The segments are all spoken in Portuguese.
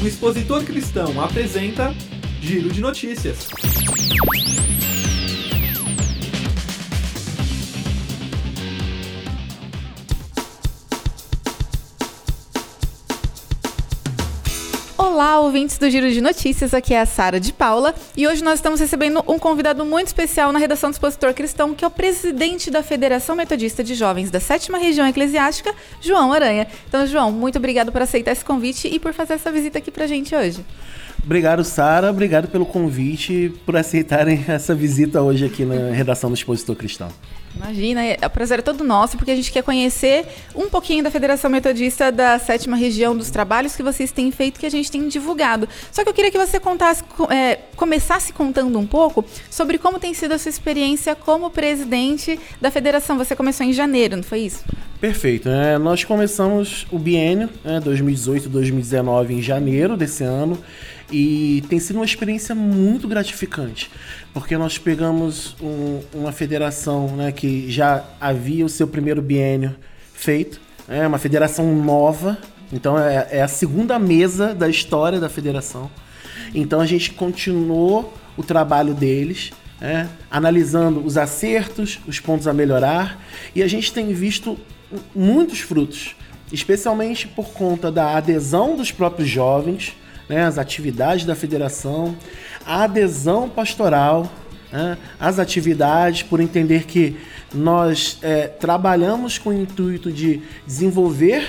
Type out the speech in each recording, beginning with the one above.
O Expositor Cristão apresenta Giro de Notícias. Olá, ouvintes do Giro de Notícias, aqui é a Sara de Paula e hoje nós estamos recebendo um convidado muito especial na redação do Expositor Cristão, que é o presidente da Federação Metodista de Jovens da 7ª Região Eclesiástica, João Aranha. Então, João, muito obrigado por aceitar esse convite e por fazer essa visita aqui pra gente hoje. Obrigado, Sara. Obrigado pelo convite e por aceitarem essa visita hoje aqui na redação do Expositor Cristão. Imagina, o prazer é todo nosso, porque a gente quer conhecer um pouquinho da Federação Metodista da 7ª Região, dos trabalhos que vocês têm feito, que a gente tem divulgado. Só que eu queria que você começasse contando um pouco sobre como tem sido a sua experiência como presidente da Federação. Você começou em janeiro, não foi isso? Perfeito. Nós começamos o biênio 2018-2019 em janeiro desse ano e tem sido uma experiência muito gratificante, porque nós pegamos uma federação, que já havia o seu primeiro biênio feito, uma federação nova, então é a segunda mesa da história da federação. Então a gente continuou o trabalho deles, analisando os acertos, os pontos a melhorar, e a gente tem visto muitos frutos, especialmente por conta da adesão dos próprios jovens, as atividades da federação, a adesão pastoral, as atividades, por entender que nós trabalhamos com o intuito de desenvolver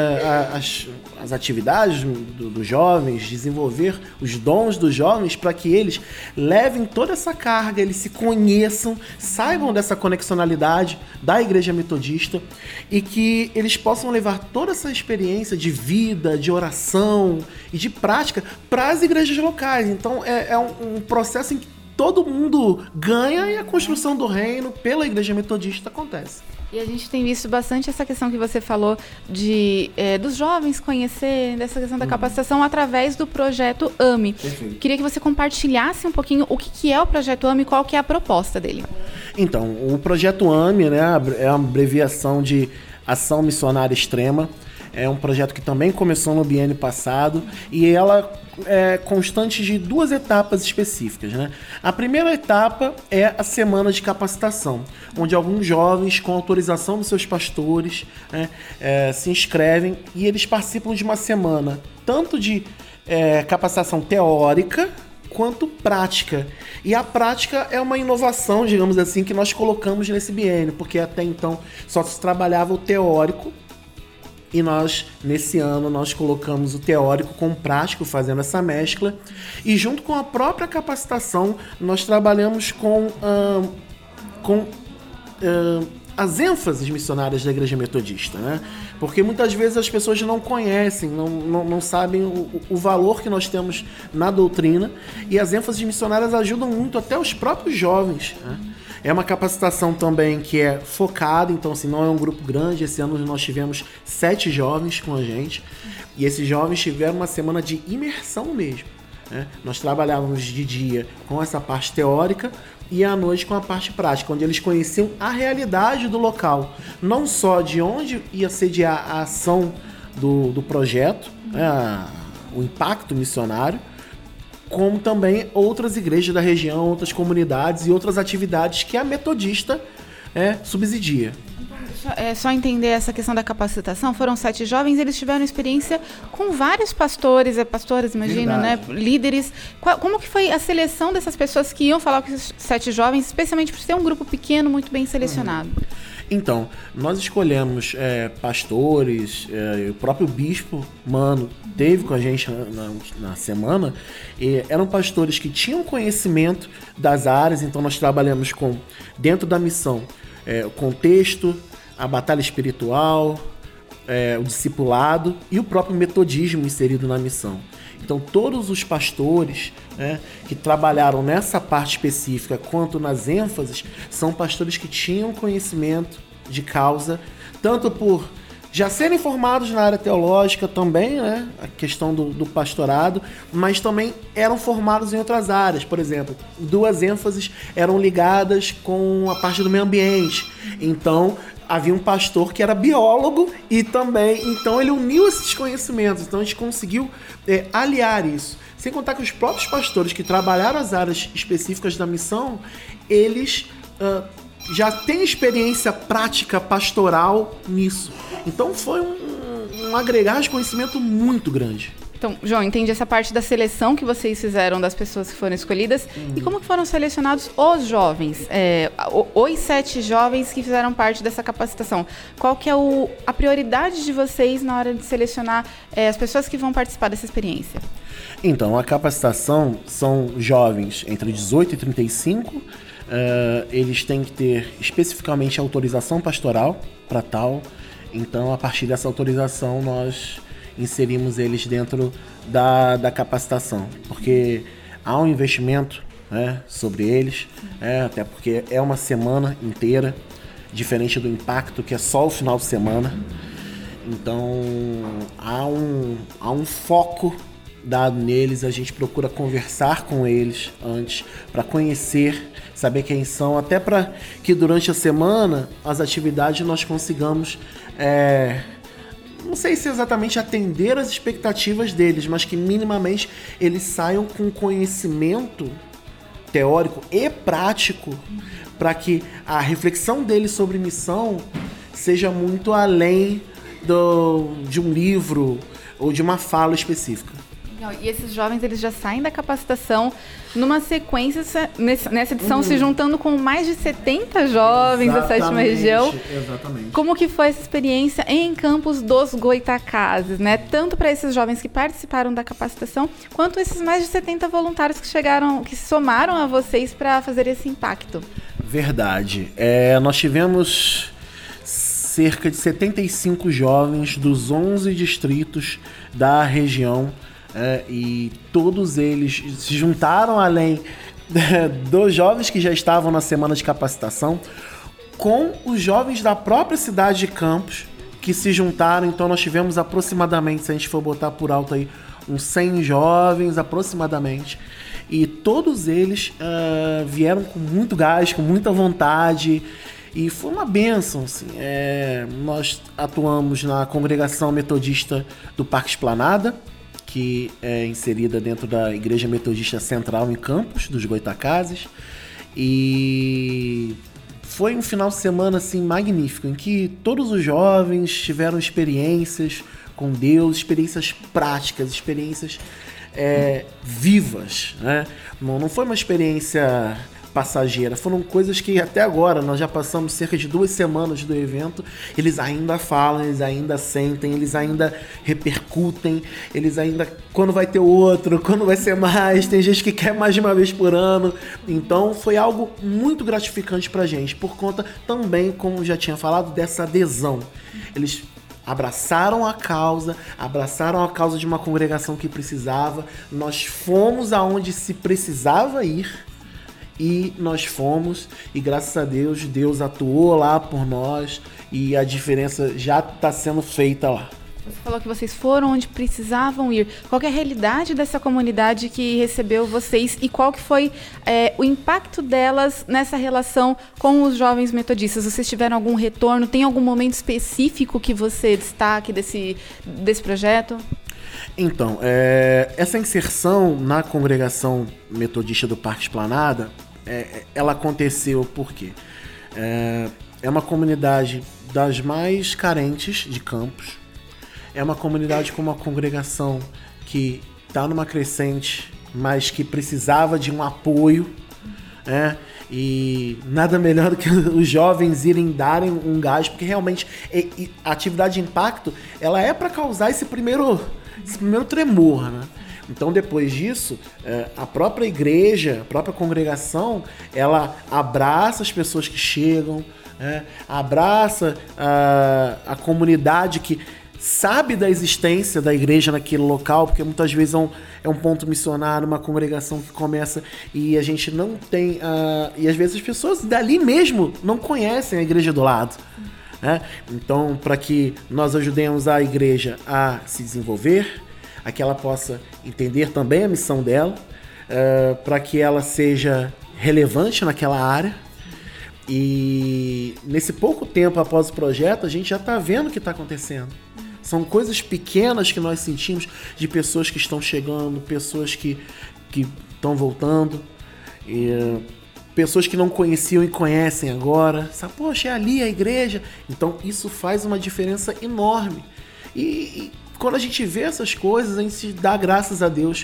as atividades dos jovens, desenvolver os dons dos jovens para que eles levem toda essa carga, eles se conheçam, saibam dessa conexionalidade da Igreja Metodista e que eles possam levar toda essa experiência de vida, de oração e de prática para as igrejas locais. Então é um processo em que todo mundo ganha e a construção do reino pela Igreja Metodista acontece. E a gente tem visto bastante essa questão que você falou dos jovens conhecerem, dessa questão da capacitação através do projeto AME. Perfeito. Queria que você compartilhasse um pouquinho o que é o projeto AME e qual que é a proposta dele. Então, o projeto AME é uma abreviação de Ação Missionária Extrema. É um projeto que também começou no biênio passado e ela é constante de 2 etapas específicas. A primeira etapa é a semana de capacitação, onde alguns jovens, com autorização dos seus pastores, se inscrevem e eles participam de uma semana tanto de capacitação teórica quanto prática. E a prática é uma inovação, digamos assim, que nós colocamos nesse biênio, porque até então só se trabalhava o teórico. E nesse ano, nós colocamos o teórico com o prático, fazendo essa mescla. E junto com a própria capacitação, nós trabalhamos com as ênfases missionárias da Igreja Metodista, Porque muitas vezes as pessoas não conhecem, não sabem o valor que nós temos na doutrina. E as ênfases missionárias ajudam muito até os próprios jovens, É uma capacitação também que é focada, então assim, não é um grupo grande. Esse ano nós tivemos 7 jovens com a gente e esses jovens tiveram uma semana de imersão mesmo. Nós trabalhávamos de dia com essa parte teórica e à noite com a parte prática, onde eles conheciam a realidade do local, não só de onde ia sediar a ação do projeto, o impacto missionário, como também outras igrejas da região, outras comunidades e outras atividades que a Metodista subsidia. É só entender essa questão da capacitação. Foram 7 jovens, eles tiveram experiência com vários pastores, imagino, líderes. Como que foi a seleção dessas pessoas que iam falar com esses 7 jovens, especialmente por ser um grupo pequeno, muito bem selecionado? Então, nós escolhemos pastores, o próprio bispo Mano esteve com a gente na semana, e eram pastores que tinham conhecimento das áreas, então nós trabalhamos dentro da missão, o contexto, a batalha espiritual, o discipulado e o próprio metodismo inserido na missão. Então todos os pastores que trabalharam nessa parte específica quanto nas ênfases são pastores que tinham conhecimento de causa, tanto por já serem formados na área teológica também, a questão do pastorado, mas também eram formados em outras áreas. Por exemplo, 2 ênfases eram ligadas com a parte do meio ambiente. Então, havia um pastor que era biólogo e também, então ele uniu esses conhecimentos, então a gente conseguiu aliar isso. Sem contar que os próprios pastores que trabalharam as áreas específicas da missão, eles já têm experiência prática pastoral nisso. Então foi um agregar de conhecimento muito grande. Então, João, entendi essa parte da seleção que vocês fizeram das pessoas que foram escolhidas. E como que foram selecionados os jovens? Os 7 jovens que fizeram parte dessa capacitação. Qual que é a prioridade de vocês na hora de selecionar as pessoas que vão participar dessa experiência? Então, a capacitação são jovens entre 18 e 35. Eles têm que ter especificamente autorização pastoral para tal. Então, a partir dessa autorização, nós inserimos eles dentro da capacitação, porque há um investimento, né, sobre eles, até porque é uma semana inteira, diferente do impacto que é só o final de semana. Então há um foco dado neles, a gente procura conversar com eles antes, para conhecer, saber quem são, até para que durante a semana as atividades nós consigamos não sei se exatamente atender as expectativas deles, mas que minimamente eles saiam com conhecimento teórico e prático para que a reflexão deles sobre missão seja muito além de um livro ou de uma fala específica. E esses jovens, eles já saem da capacitação numa sequência, nessa edição, se juntando com mais de 70 jovens da 7ª região. Exatamente. Como que foi essa experiência em Campos dos Goitacazes, né? Tanto para esses jovens que participaram da capacitação, quanto esses mais de 70 voluntários que se somaram a vocês para fazer esse impacto. Verdade. Nós tivemos cerca de 75 jovens dos 11 distritos da região, e todos eles se juntaram, além dos jovens que já estavam na semana de capacitação, com os jovens da própria cidade de Campos que se juntaram. Então nós tivemos aproximadamente, se a gente for botar por alto aí, uns 100 jovens aproximadamente, e todos eles vieram com muito gás, com muita vontade, e foi uma bênção, assim. Nós atuamos na Congregação Metodista do Parque Esplanada, que é inserida dentro da Igreja Metodista Central em Campos dos Goitacazes, e foi um final de semana assim magnífico, em que todos os jovens tiveram experiências com Deus, experiências práticas, experiências vivas, né? Não foi uma experiência passageira, foram coisas que até agora, nós já passamos cerca de 2 semanas do evento, eles ainda falam, eles ainda sentem, eles ainda repercutem, eles ainda, quando vai ter outro, quando vai ser mais, tem gente que quer mais de uma vez por ano. Então foi algo muito gratificante pra gente, por conta também, como já tinha falado, dessa adesão. Eles abraçaram a causa de uma congregação que precisava, nós fomos aonde se precisava ir, e nós fomos, e graças a Deus, Deus atuou lá por nós, e a diferença já está sendo feita lá. Você falou que vocês foram onde precisavam ir. Qual que é a realidade dessa comunidade que recebeu vocês, e qual que foi o impacto delas nessa relação com os jovens metodistas? Vocês tiveram algum retorno? Tem algum momento específico que você destaque desse projeto? Então, essa inserção na Congregação Metodista do Parque Esplanada, ela aconteceu porque é uma comunidade das mais carentes de Campos, é uma comunidade com uma congregação que está numa crescente, mas que precisava de um apoio, e nada melhor do que os jovens irem darem um gás, porque realmente a atividade de impacto, ela é para causar esse primeiro tremor, né? Então, depois disso, a própria igreja, a própria congregação, ela abraça as pessoas que chegam, abraça a comunidade que sabe da existência da igreja naquele local, porque muitas vezes é um ponto missionário, uma congregação que começa e a gente não tem... e às vezes as pessoas dali mesmo não conhecem a igreja do lado. Então, para que nós ajudemos a igreja a se desenvolver, a que ela possa entender também a missão dela, para que ela seja relevante naquela área, E nesse pouco tempo após o projeto, a gente já está vendo o que está acontecendo. São coisas pequenas que nós sentimos de pessoas que estão chegando, pessoas que estão voltando, pessoas que não conheciam e conhecem agora. Sabe, poxa, é ali a igreja. Então isso faz uma diferença enorme. E quando a gente vê essas coisas, a gente dá graças a Deus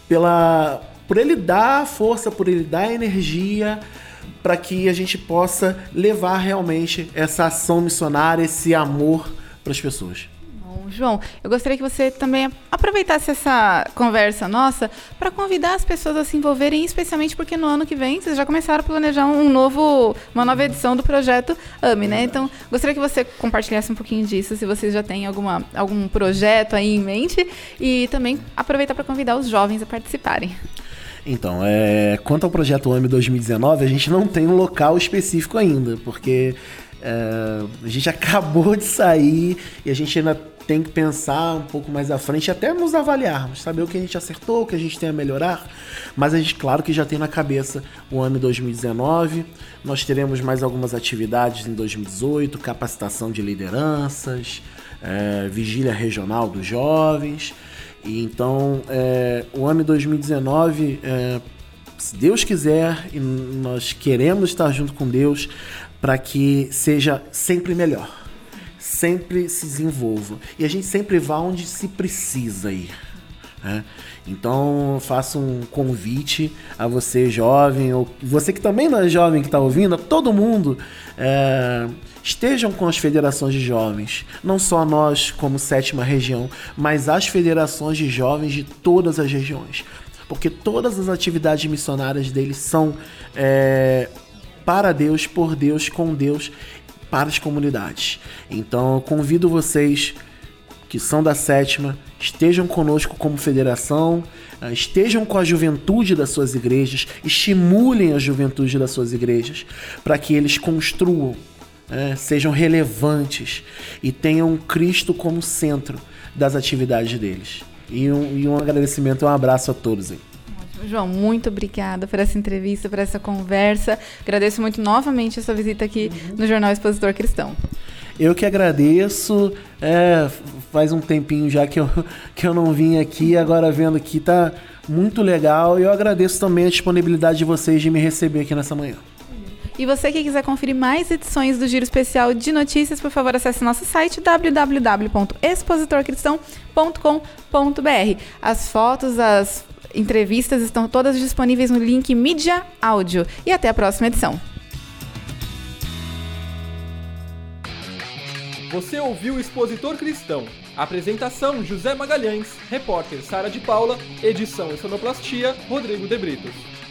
por Ele dar força, por Ele dar energia, para que a gente possa levar realmente essa ação missionária, esse amor para as pessoas. Bom, João, eu gostaria que você também aproveitasse essa conversa nossa para convidar as pessoas a se envolverem, especialmente porque no ano que vem vocês já começaram a planejar uma nova edição do projeto AME, né? Então, gostaria que você compartilhasse um pouquinho disso, se vocês já têm algum projeto aí em mente, e também aproveitar para convidar os jovens a participarem. Então, quanto ao projeto AME 2019, a gente não tem um local específico ainda, porque a gente acabou de sair e a gente ainda tem que pensar um pouco mais à frente, até nos avaliarmos, saber o que a gente acertou, o que a gente tem a melhorar, mas a gente, claro que já tem na cabeça o AME 2019, nós teremos mais algumas atividades em 2018, capacitação de lideranças, vigília regional dos jovens. E então, o AME 2019, se Deus quiser, e nós queremos estar junto com Deus para que seja sempre melhor, sempre se desenvolva. E a gente sempre vá onde se precisa ir. Então, faço um convite a você, jovem, ou você que também não é jovem que está ouvindo, a todo mundo, estejam com as federações de jovens, não só nós como 7ª região, mas as federações de jovens de todas as regiões, porque todas as atividades missionárias deles são para Deus, por Deus, com Deus, para as comunidades. Então eu convido vocês que são da 7ª, estejam conosco como federação, estejam com a juventude das suas igrejas, estimulem a juventude das suas igrejas, para que eles construam, sejam relevantes e tenham Cristo como centro das atividades deles. E um agradecimento, um abraço a todos aí. João, muito obrigada por essa entrevista, por essa conversa. Agradeço muito novamente a sua visita aqui no Jornal Expositor Cristão. Eu que agradeço, faz um tempinho já que eu não vim aqui, agora vendo aqui tá muito legal, e eu agradeço também a disponibilidade de vocês de me receber aqui nessa manhã. E você que quiser conferir mais edições do Giro Especial de Notícias, por favor, acesse nosso site www.expositorcristão.com.br. As fotos, as entrevistas estão todas disponíveis no link Mídia Áudio. E até a próxima edição. Você ouviu o Expositor Cristão. Apresentação: José Magalhães. Repórter: Sara de Paula. Edição e sonoplastia: Rodrigo de Britos.